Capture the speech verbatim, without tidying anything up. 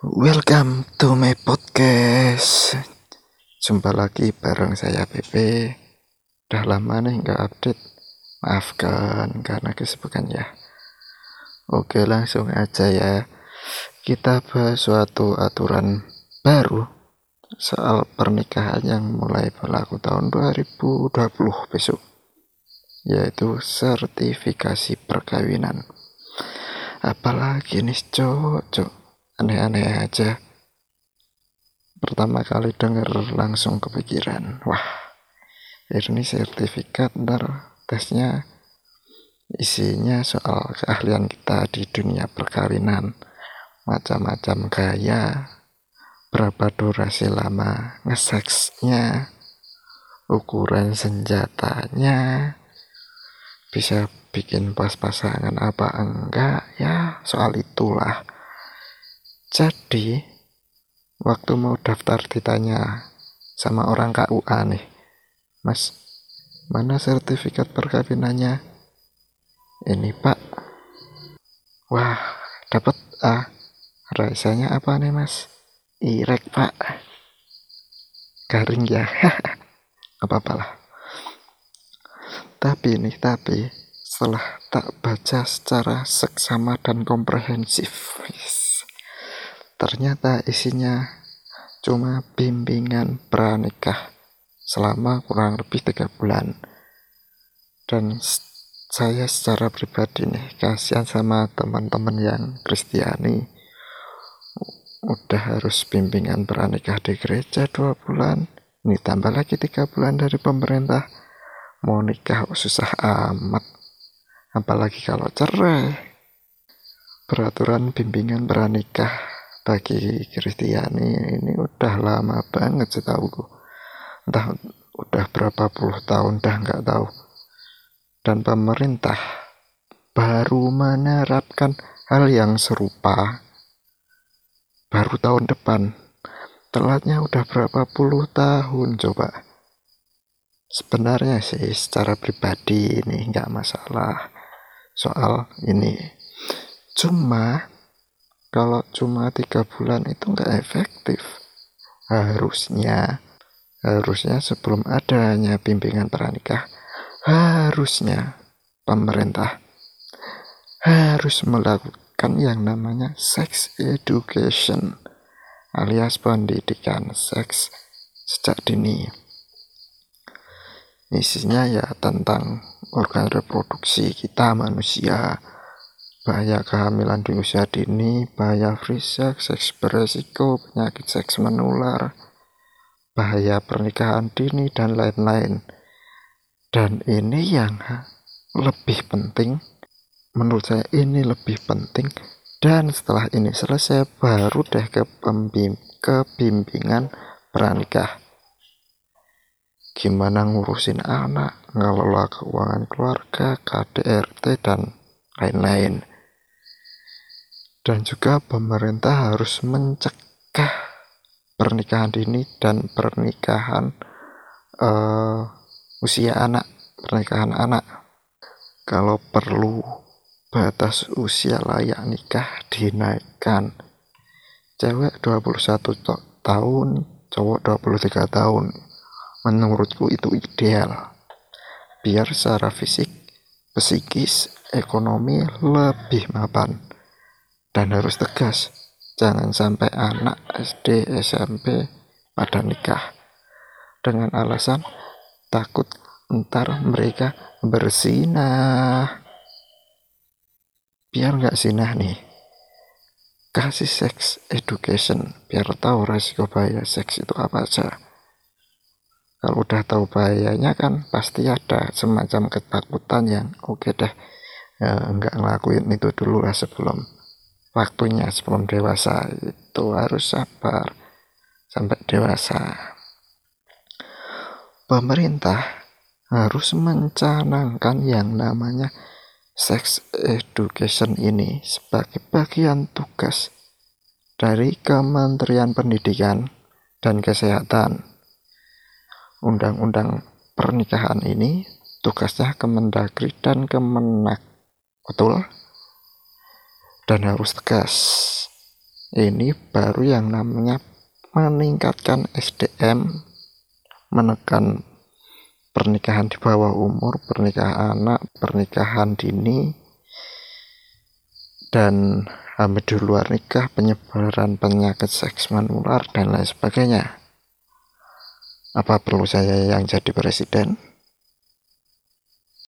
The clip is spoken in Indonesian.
Welcome to my podcast. Jumpa lagi bareng saya P P. Udah lama nih nggak update. Maafkan karena kesibukan ya. Oke, langsung aja ya. Kita bahas suatu aturan baru soal pernikahan yang mulai berlaku tahun dua ribu dua puluh besok, yaitu sertifikasi perkawinan. Apalagi nih cocok, aneh-aneh aja. Pertama kali denger langsung kepikiran, wah ini sertifikat, ntar tesnya isinya soal keahlian kita di dunia perkawinan, macam-macam gaya, berapa durasi lama ngeseksnya, ukuran senjatanya, bisa bikin pas pasangan apa enggak, ya soal itulah. Jadi waktu mau daftar ditanya sama orang K U A nih, Mas, mana sertifikat perkawinannya? Ini Pak. Wah, dapat A. Rasanya apa nih Mas? Irek Pak. Garing ya. Apa-apalah. Tapi nih, tapi setelah tak baca secara seksama dan komprehensif, ternyata isinya cuma bimbingan pranikah selama kurang lebih tiga bulan. Dan saya secara pribadi nih kasihan sama teman-teman yang Kristiani, udah harus bimbingan pranikah di gereja dua bulan, ini tambah lagi tiga bulan dari pemerintah. Mau nikah susah amat, apalagi kalau cerai. Peraturan bimbingan pranikah bagi Kristiani ini udah lama banget setahuku, entah udah berapa puluh tahun dah nggak tahu. Dan pemerintah baru menerapkan hal yang serupa baru tahun depan. Telatnya udah berapa puluh tahun coba. Sebenarnya sih secara pribadi ini nggak masalah soal ini. Cuma kalau cuma tiga bulan itu nggak efektif. Harusnya, harusnya sebelum adanya bimbingan pranikah, harusnya pemerintah harus melakukan yang namanya sex education, alias pendidikan seks sejak dini. Isinya ya tentang organ reproduksi kita manusia, bahaya kehamilan di usia dini, bahaya free sex, seks beresiko, penyakit seks menular, bahaya pernikahan dini, dan lain-lain. Dan ini yang lebih penting, menurut saya ini lebih penting, dan setelah ini selesai baru deh ke pembim ke bimbingan pranikah. Gimana ngurusin anak, ngelola keuangan keluarga, K D R T, dan lain-lain. Dan juga pemerintah harus mencegah pernikahan dini dan pernikahan uh, usia anak, pernikahan anak. Kalau perlu batas usia layak nikah dinaikkan. Cewek dua puluh satu tahun, cowok dua puluh tiga tahun. Menurutku itu ideal, biar secara fisik, psikis, ekonomi lebih mapan. Dan harus tegas, jangan sampai anak S D, S M P pada nikah dengan alasan takut ntar mereka berzinah. Biar gak zinah nih, kasih sex education biar tahu resiko bahaya seks itu apa aja. Kalau udah tahu bahayanya kan pasti ada semacam ketakutan yang oke okay deh, ya, nggak ngelakuin itu dulu lah sebelum waktunya, sebelum dewasa. Itu harus sabar sampai dewasa. Pemerintah harus mencanangkan yang namanya sex education ini sebagai bagian tugas dari Kementerian Pendidikan dan Kesehatan. Undang-undang pernikahan ini tugasnya Kemendagri dan Kemenak, betul? Dan harus tegas. Ini baru yang namanya meningkatkan S D M, menekan pernikahan di bawah umur, pernikahan anak, pernikahan dini, dan hamil di luar nikah, penyebaran penyakit seks menular, dan lain sebagainya. Apa perlu saya yang jadi presiden?